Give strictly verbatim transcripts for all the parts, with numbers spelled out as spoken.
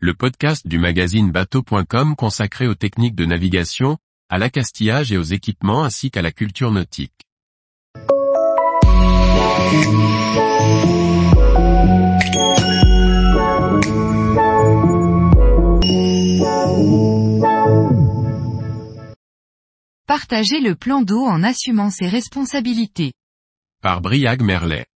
le podcast du magazine bateau point com consacré aux techniques de navigation, à l'accastillage et aux équipements ainsi qu'à la culture nautique. Partager le plan d'eau en assumant ses responsabilités. Par Briag Merlet.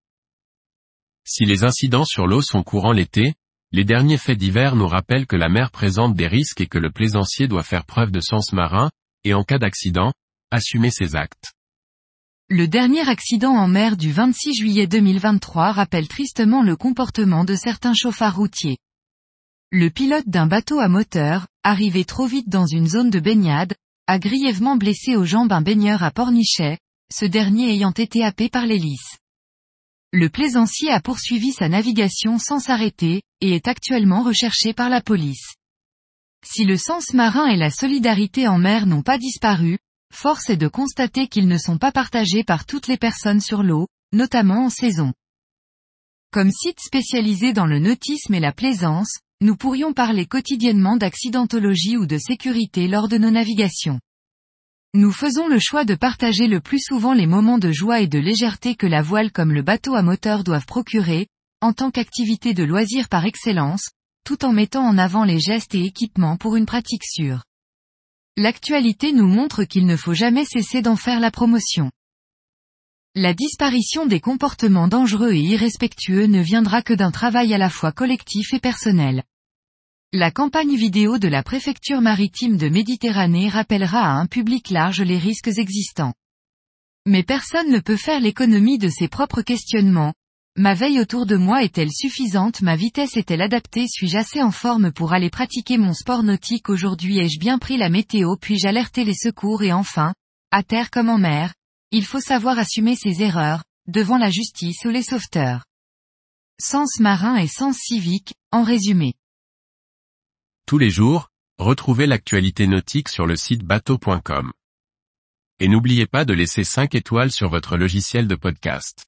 Si les incidents sur l'eau sont courants l'été, les derniers faits divers nous rappellent que la mer présente des risques et que le plaisancier doit faire preuve de sens marin, et en cas d'accident, assumer ses actes. Le dernier accident en mer du vingt-six juillet deux mille vingt-trois rappelle tristement le comportement de certains chauffards routiers. Le pilote d'un bateau à moteur, arrivé trop vite dans une zone de baignade, a grièvement blessé aux jambes un baigneur à Pornichet, ce dernier ayant été happé par l'hélice. Le plaisancier a poursuivi sa navigation sans s'arrêter, et est actuellement recherché par la police. Si le sens marin et la solidarité en mer n'ont pas disparu, force est de constater qu'ils ne sont pas partagés par toutes les personnes sur l'eau, notamment en saison. Comme site spécialisé dans le nautisme et la plaisance, nous pourrions parler quotidiennement d'accidentologie ou de sécurité lors de nos navigations. Nous faisons le choix de partager le plus souvent les moments de joie et de légèreté que la voile comme le bateau à moteur doivent procurer, en tant qu'activité de loisir par excellence, tout en mettant en avant les gestes et équipements pour une pratique sûre. L'actualité nous montre qu'il ne faut jamais cesser d'en faire la promotion. La disparition des comportements dangereux et irrespectueux ne viendra que d'un travail à la fois collectif et personnel. La campagne vidéo de la préfecture maritime de Méditerranée rappellera à un public large les risques existants. Mais personne ne peut faire l'économie de ses propres questionnements. Ma veille autour de moi est-elle suffisante? Ma vitesse est-elle adaptée? Suis-je assez en forme pour aller pratiquer mon sport nautique aujourd'hui? Ai-je bien pris la météo? Puis-je alerter les secours? Et enfin, à terre comme en mer, il faut savoir assumer ses erreurs, devant la justice ou les sauveteurs. Sens marin et sens civique, en résumé. Tous les jours, retrouvez l'actualité nautique sur le site bateau point com. Et n'oubliez pas de laisser cinq étoiles sur votre logiciel de podcast.